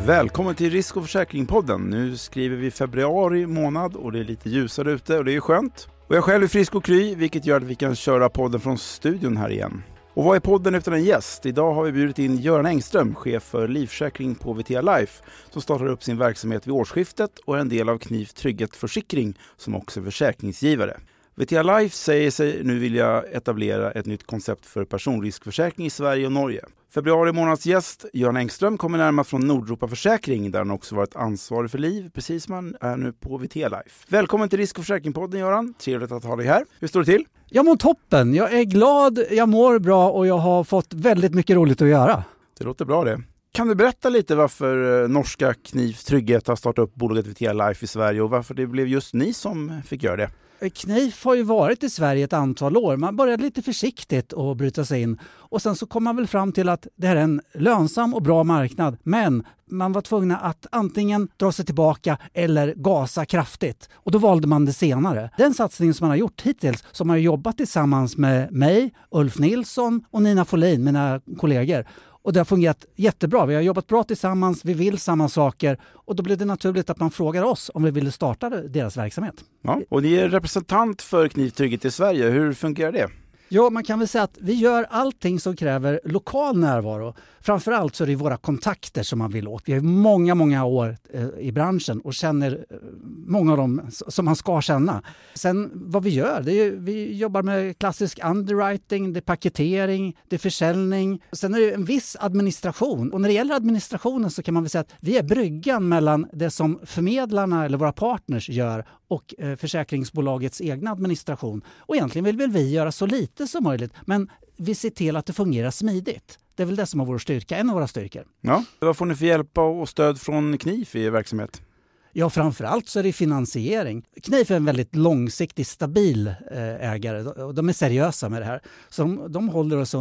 Välkommen till Risk- och försäkringspodden. Nu skriver vi februari månad och det är lite ljusare ute och det är skönt. Och jag själv är frisk och kry, vilket gör att vi kan köra podden från studion här igen. Och vad är podden utan en gäst? Idag har vi bjudit in Göran Engström, chef för livförsäkring på VTA Life, som startar upp sin verksamhet vid årsskiftet och är en del av Knif Trygghet Försäkring som också är försäkringsgivare. VTA Life säger sig nu vilja etablera ett nytt koncept för personriskförsäkring i Sverige och Norge. Februari månads gäst, Göran Engström, kommer närmast från Nordeuropa Försäkring där han också varit ansvarig för liv, precis som han är nu på VTA Life. Välkommen till Risk- och försäkringspodden, Göran. Trevligt att ha dig här. Hur står det till? Jag mår toppen. Jag är glad, jag mår bra och jag har fått väldigt mycket roligt att göra. Det låter bra det. Kan du berätta lite varför norska Knif Trygghet har startat upp bolaget VTA Life i Sverige och varför det blev just ni som fick göra det? Knif har ju varit i Sverige ett antal år. Man började lite försiktigt att bryta sig in och sen så kom man väl fram till att det här är en lönsam och bra marknad, men man var tvungna att antingen dra sig tillbaka eller gasa kraftigt. Och då valde man det senare. Den satsningen som man har gjort hittills, som har jobbat tillsammans med mig, Ulf Nilsson och Nina Folin, mina kollegor. Och det har fungerat jättebra. Vi har jobbat bra tillsammans, vi vill samma saker och då blev det naturligt att man frågar oss om vi ville starta deras verksamhet. Ja, och ni är representant för Knif Trygghet i Sverige. Hur fungerar det? Ja, man kan väl säga att vi gör allting som kräver lokal närvaro. Framförallt så är det våra kontakter som man vill åt. Vi har många år i branschen och känner många av dem som man ska känna. Sen vad vi gör, vi jobbar med klassisk underwriting, det är paketering, det är försäljning. Sen är det en viss administration. Och när det gäller administrationen så kan man väl säga att vi är bryggan mellan det som förmedlarna eller våra partners gör och försäkringsbolagets egna administration. Och egentligen vill vi göra så lite som möjligt, men vi ser till att det fungerar smidigt. Det är väl det som är vår styrka, en av våra styrkor. Ja, vad får ni för hjälp och stöd från Knif i er verksamhet? Ja, framförallt så är det finansiering. Knif är en väldigt långsiktig, stabil ägare. De är seriösa med det här. Så de håller oss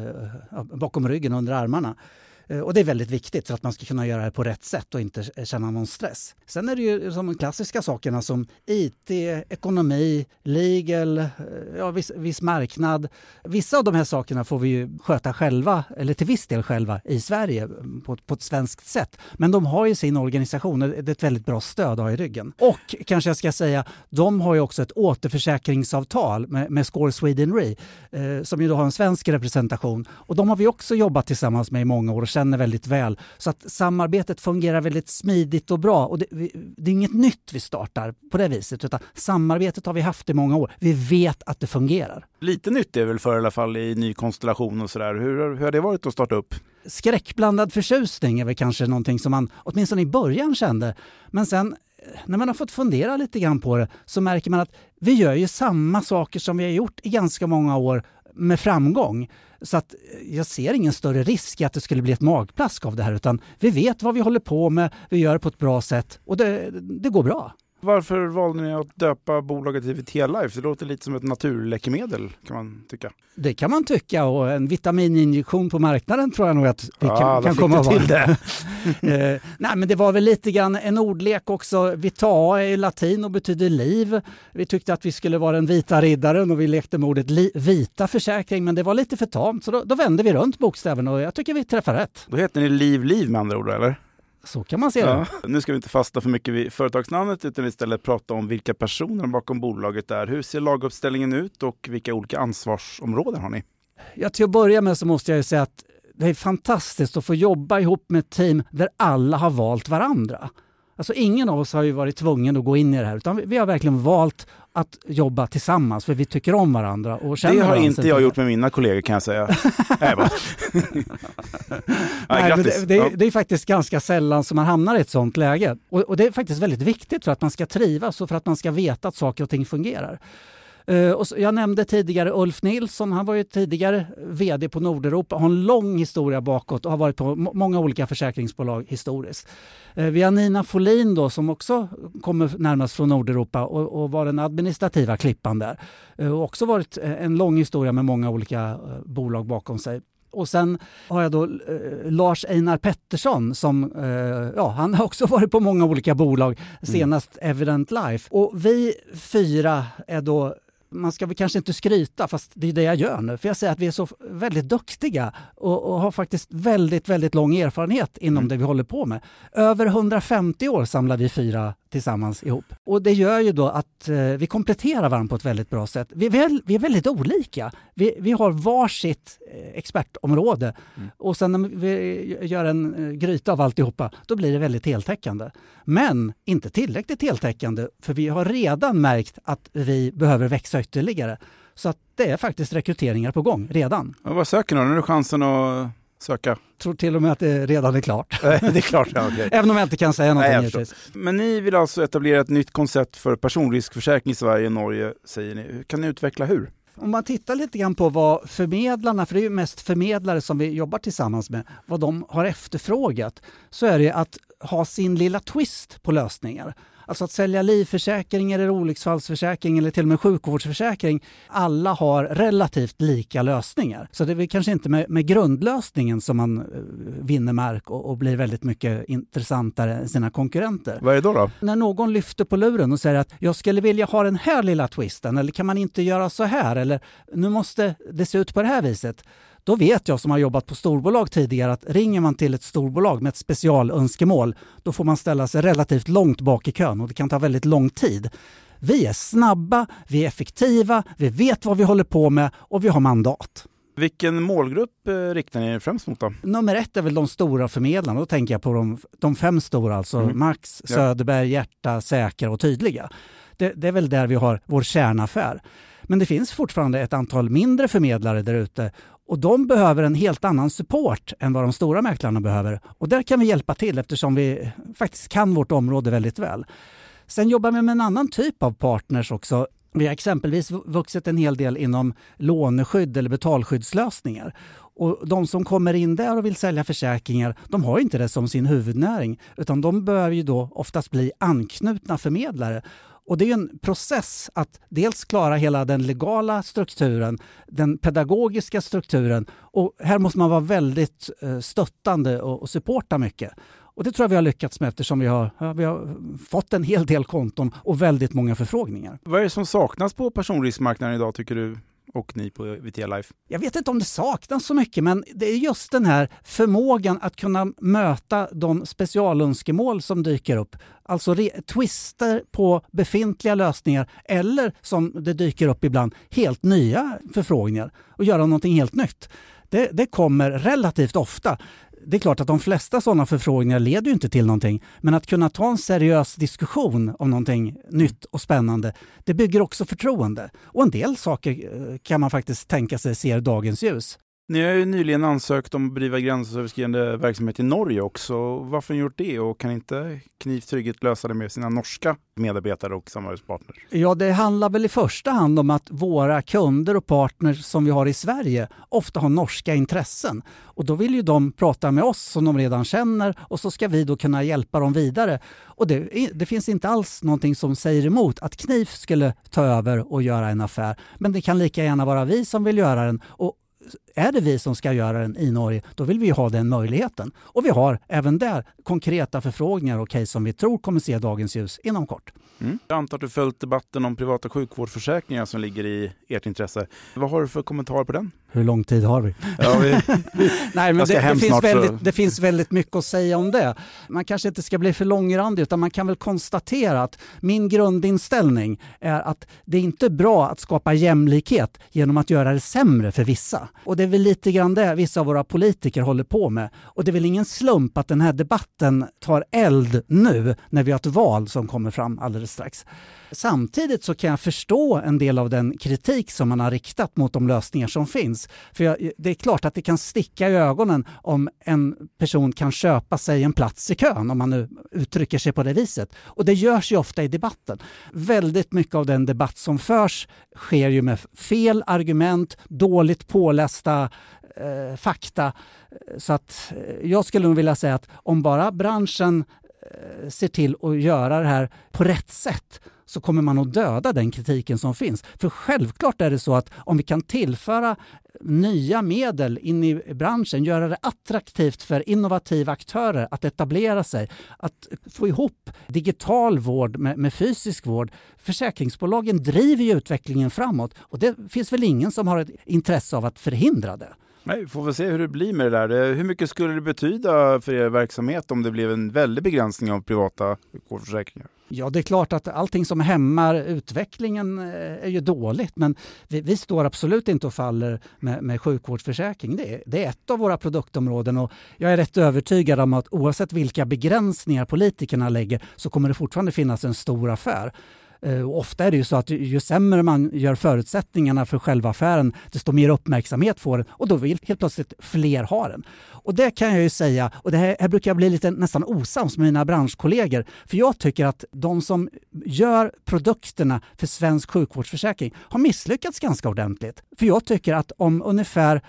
bakom ryggen, under armarna. Och det är väldigt viktigt för att man ska kunna göra det på rätt sätt och inte känna någon stress. Sen är det ju som de klassiska sakerna som IT, ekonomi, legal, viss marknad. Vissa av de här sakerna får vi ju sköta själva, eller till viss del själva, i Sverige på ett svenskt sätt. Men de har ju sin organisation och det är ett väldigt bra stöd att ha i ryggen. Och kanske jag ska säga, de har ju också ett återförsäkringsavtal med Score Sweden Re som ju då har en svensk representation. Och de har vi också jobbat tillsammans med i många år och känner väldigt väl. Så att samarbetet fungerar väldigt smidigt och bra. Och det är inget nytt vi startar på det viset, utan samarbetet har vi haft i många år. Vi vet att det fungerar. Lite nytt är väl för i alla fall i ny konstellation och sådär. Hur har det varit att starta upp? Skräckblandad förtjusning är väl kanske någonting som man åtminstone i början kände. Men sen när man har fått fundera lite grann på det så märker man att vi gör ju samma saker som vi har gjort i ganska många år med framgång. Så att jag ser ingen större risk att det skulle bli ett magplask av det här, utan vi vet vad vi håller på med, vi gör det på ett bra sätt och det går bra. Varför valde ni att döpa bolaget till VTA Life? Det låter lite som ett naturläkemedel kan man tycka. Det kan man tycka, och en vitamininjektion på marknaden tror jag nog att vi kan komma till det. Nej, men det var väl lite grann en ordlek också. Vitae är latin och betyder liv. Vi tyckte att vi skulle vara den vita riddaren och vi lekte med ordet vita försäkring, men det var lite för tamt. Så då vände vi runt bokstäven och jag tycker vi träffar rätt. Då heter ni liv med andra ord, eller? Så kan man se det. Ja. Nu ska vi inte fasta för mycket vid företagsnamnet utan istället prata om vilka personer bakom bolaget är. Hur ser laguppställningen ut och vilka olika ansvarsområden har ni? Ja, till att börja med så måste jag ju säga att det är fantastiskt att få jobba ihop med ett team där alla har valt varandra. Alltså ingen av oss har ju varit tvungen att gå in i det här, utan vi har verkligen valt att jobba tillsammans för vi tycker om varandra. Och känner det har varandra. Inte jag gjort med mina kollegor, kan jag säga. Nej, men det är faktiskt ganska sällan som man hamnar i ett sånt läge. Och det är faktiskt väldigt viktigt för att man ska trivas och för att man ska veta att saker och ting fungerar. Och jag nämnde tidigare Ulf Nilsson, han var ju tidigare vd på Nordeuropa, har en lång historia bakåt och har varit på många olika försäkringsbolag historiskt. Vi har Nina Folin då, som också kommer närmast från Nordeuropa och var den administrativa klippan där. Och också varit en lång historia med många olika bolag bakom sig. Och sen har jag då Lars Einar Pettersson som han har också varit på många olika bolag, senast Evident Life. Och vi fyra är då Man ska väl kanske inte skryta, fast det är det jag gör nu. För jag säger att vi är så väldigt duktiga och har faktiskt väldigt, väldigt lång erfarenhet inom det vi håller på med. Över 150 år samlar vi 4 tillsammans ihop. Och det gör ju då att vi kompletterar varandra på ett väldigt bra sätt. Vi är väldigt olika. Vi har varsitt expertområde. Och sen när vi gör en gryta av alltihopa, då blir det väldigt heltäckande. Men inte tillräckligt heltäckande, för vi har redan märkt att vi behöver växa ytterligare. Så att det är faktiskt rekryteringar på gång redan. Ja, vad söker du? Nu är det chansen att söka. Jag tror till och med att det redan är klart. Det är klart, ja, okay. Även om jag inte kan säga någonting. Nej, men ni vill alltså etablera ett nytt koncept för personriskförsäkring i Sverige och Norge, säger ni. Kan ni utveckla hur? Om man tittar lite grann på vad förmedlarna, för det är ju mest förmedlare som vi jobbar tillsammans med, vad de har efterfrågat, så är det att ha sin lilla twist på lösningar. Alltså att sälja livförsäkring eller olycksfallsförsäkring eller till och med sjukvårdsförsäkring. Alla har relativt lika lösningar. Så det är kanske inte med grundlösningen som man vinner mark och blir väldigt mycket intressantare än sina konkurrenter. Vad är det då? När någon lyfter på luren och säger att jag skulle vilja ha den här lilla twisten, eller kan man inte göra så här, eller nu måste det se ut på det här viset. Då vet jag som har jobbat på storbolag tidigare att ringer man till ett storbolag med ett specialönskemål, då får man ställa sig relativt långt bak i kön och det kan ta väldigt lång tid. Vi är snabba, vi är effektiva, vi vet vad vi håller på med och vi har mandat. Vilken målgrupp riktar ni er främst mot då? Nummer 1 är väl de stora förmedlarna. Då tänker jag på de 5 stora, alltså Max, Söderberg, Hjärta, Säkra och Tydliga. Det är väl där vi har vår kärnaffär. Men det finns fortfarande ett antal mindre förmedlare där ute och de behöver en helt annan support än vad de stora mäklarna behöver. Och där kan vi hjälpa till eftersom vi faktiskt kan vårt område väldigt väl. Sen jobbar vi med en annan typ av partners också. Vi har exempelvis vuxit en hel del inom låneskydd eller betalskyddslösningar. Och de som kommer in där och vill sälja försäkringar, de har inte det som sin huvudnäring, utan de behöver ju då oftast bli anknutna förmedlare. Och det är en process att dels klara hela den legala strukturen, den pedagogiska strukturen, och här måste man vara väldigt stöttande och supporta mycket. Och det tror jag vi har lyckats med eftersom vi har fått en hel del konton och väldigt många förfrågningar. Vad är det som saknas på personriskmarknaden idag tycker du och ni på Vitea Life? Jag vet inte om det saknas så mycket, men det är just den här förmågan att kunna möta de specialönskemål som dyker upp. Alltså twister på befintliga lösningar eller som det dyker upp ibland helt nya förfrågningar och göra någonting helt nytt. Det kommer relativt ofta. Det är klart att de flesta sådana förfrågningar leder ju inte till någonting, men att kunna ta en seriös diskussion om någonting nytt och spännande, det bygger också förtroende. Och en del saker kan man faktiskt tänka sig ser dagens ljus. Ni har ju nyligen ansökt om att bedriva gränsöverskridande verksamhet i Norge också. Varför har ni gjort det och kan inte Knif Trygghet lösa det med sina norska medarbetare och samarbetspartners? Ja, det handlar väl i första hand om att våra kunder och partners som vi har i Sverige ofta har norska intressen. Och då vill ju de prata med oss som de redan känner och så ska vi då kunna hjälpa dem vidare. Och det finns inte alls någonting som säger emot att Knif skulle ta över och göra en affär. Men det kan lika gärna vara vi som vill göra den, och är det vi som ska göra den i Norge, då vill vi ha den möjligheten. Och vi har även där konkreta förfrågningar och case som vi tror kommer se dagens ljus inom kort. Jag antar att du följt debatten om privata sjukvårdsförsäkringar som ligger i ert intresse. Vad har du för kommentar på den? Hur lång tid har vi? Ja, Nej, men det finns väldigt mycket att säga om det. Man kanske inte ska bli för långrandig, utan man kan väl konstatera att min grundinställning är att det är inte bra att skapa jämlikhet genom att göra det sämre för vissa. Och det är väl lite grann det vissa av våra politiker håller på med. Och det är väl ingen slump att den här debatten tar eld nu när vi har ett val som kommer fram alldeles strax. Samtidigt så kan jag förstå en del av den kritik som man har riktat mot de lösningar som finns. För det är klart att det kan sticka i ögonen om en person kan köpa sig en plats i kön, om man nu uttrycker sig på det viset. Och det görs ju ofta i debatten. Väldigt mycket av den debatt som förs sker ju med fel argument, dåligt pålästa fakta. Så att jag skulle nog vilja säga att om bara branschen ser till att göra det här på rätt sätt, så kommer man att döda den kritiken som finns. För självklart är det så att om vi kan tillföra nya medel in i branschen, göra det attraktivt för innovativa aktörer att etablera sig, att få ihop digital vård med fysisk vård. Försäkringsbolagen driver ju utvecklingen framåt och det finns väl ingen som har ett intresse av att förhindra det. Nej, får vi se hur det blir med det där. Hur mycket skulle det betyda för er verksamhet om det blev en väldig begränsning av privata sjukvårdsförsäkringar? Ja, det är klart att allting som hämmar utvecklingen är ju dåligt, men vi står absolut inte och faller med sjukvårdsförsäkring. Det är ett av våra produktområden och jag är rätt övertygad om att oavsett vilka begränsningar politikerna lägger så kommer det fortfarande finnas en stor affär. Och ofta är det ju så att ju sämre man gör förutsättningarna för själva affären, desto mer uppmärksamhet får den och då vill helt plötsligt fler ha den. Och det kan jag ju säga, och det här brukar jag bli lite nästan osams med mina branschkollegor, för jag tycker att de som gör produkterna för svensk sjukvårdsförsäkring har misslyckats ganska ordentligt. För jag tycker att om ungefär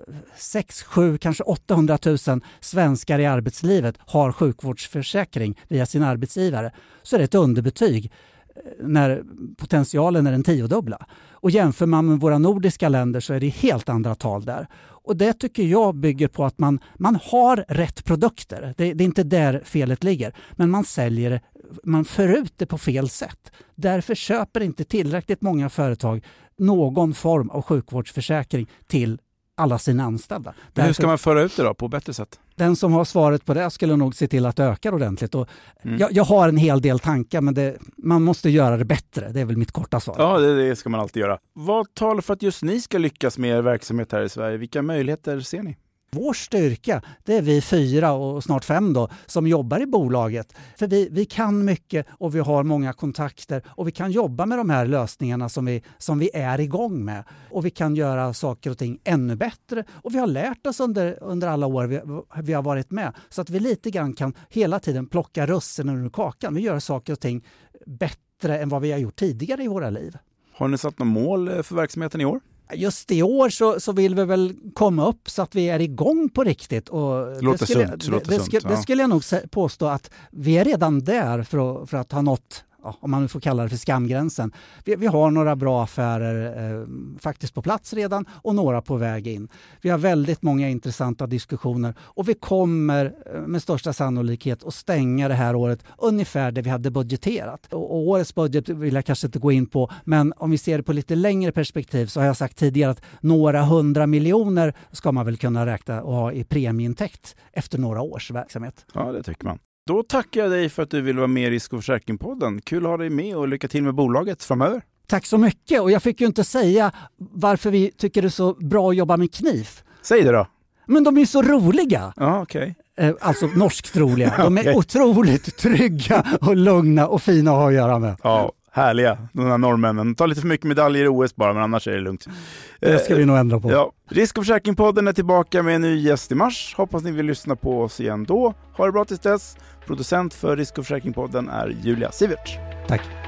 6, 7, kanske 800 000 svenskar i arbetslivet har sjukvårdsförsäkring via sin arbetsgivare så är det ett underbetyg när potentialen är den 10-dubbla. Och jämför man med våra nordiska länder så är det helt andra tal där. Och det tycker jag bygger på att man har rätt produkter. Det är inte där felet ligger. Men man säljer det, man för ut det på fel sätt. Därför köper inte tillräckligt många företag någon form av sjukvårdsförsäkring till alla sina anställda. Men hur ska man föra ut det då på bättre sätt? Den som har svaret på det skulle nog se till att öka ordentligt. Och jag har en hel del tankar men man måste göra det bättre. Det är väl mitt korta svar. Ja, det ska man alltid göra. Vad talar för att just ni ska lyckas med er verksamhet här i Sverige? Vilka möjligheter ser ni? Vår styrka, det är vi 4 och snart 5 då, som jobbar i bolaget. För vi kan mycket och vi har många kontakter och vi kan jobba med de här lösningarna som vi är igång med. Och vi kan göra saker och ting ännu bättre och vi har lärt oss under alla år vi har varit med. Så att vi lite grann kan hela tiden plocka russinen ur kakan. Vi gör saker och ting bättre än vad vi har gjort tidigare i våra liv. Har ni satt något mål för verksamheten i år? Just i år så vill vi väl komma upp så att vi är igång på riktigt. Och det skulle jag nog påstå att vi är redan där för att ha nått, om man får kalla det för skamgränsen. Vi har några bra affärer faktiskt på plats redan och några på väg in. Vi har väldigt många intressanta diskussioner och vi kommer med största sannolikhet att stänga det här året ungefär det vi hade budgeterat. Och årets budget vill jag kanske inte gå in på, men om vi ser det på lite längre perspektiv så har jag sagt tidigare att några 100 miljoner ska man väl kunna räkna och ha i premieintäkt efter några års verksamhet. Ja, det tycker man. Då tackar jag dig för att du vill vara med i Risk- och försäkringspodden. Kul att ha dig med och lycka till med bolaget framöver. Tack så mycket och jag fick ju inte säga varför vi tycker det är så bra att jobba med Knif. Säg det då. Men de är så roliga. Ja, okej. Alltså norskt roliga. De är otroligt trygga och lugna och fina att ha att göra med. Ja, härliga. De här norrmännen. Ta lite för mycket medaljer i OS bara, men annars är det lugnt. Det ska vi nog ändra på. Ja. Risk- och försäkringspodden är tillbaka med en ny gäst i mars. Hoppas ni vill lyssna på oss igen då. Ha det bra tills dess. Producent för Risk- och försäkringspodden är Julia Sivert. Tack.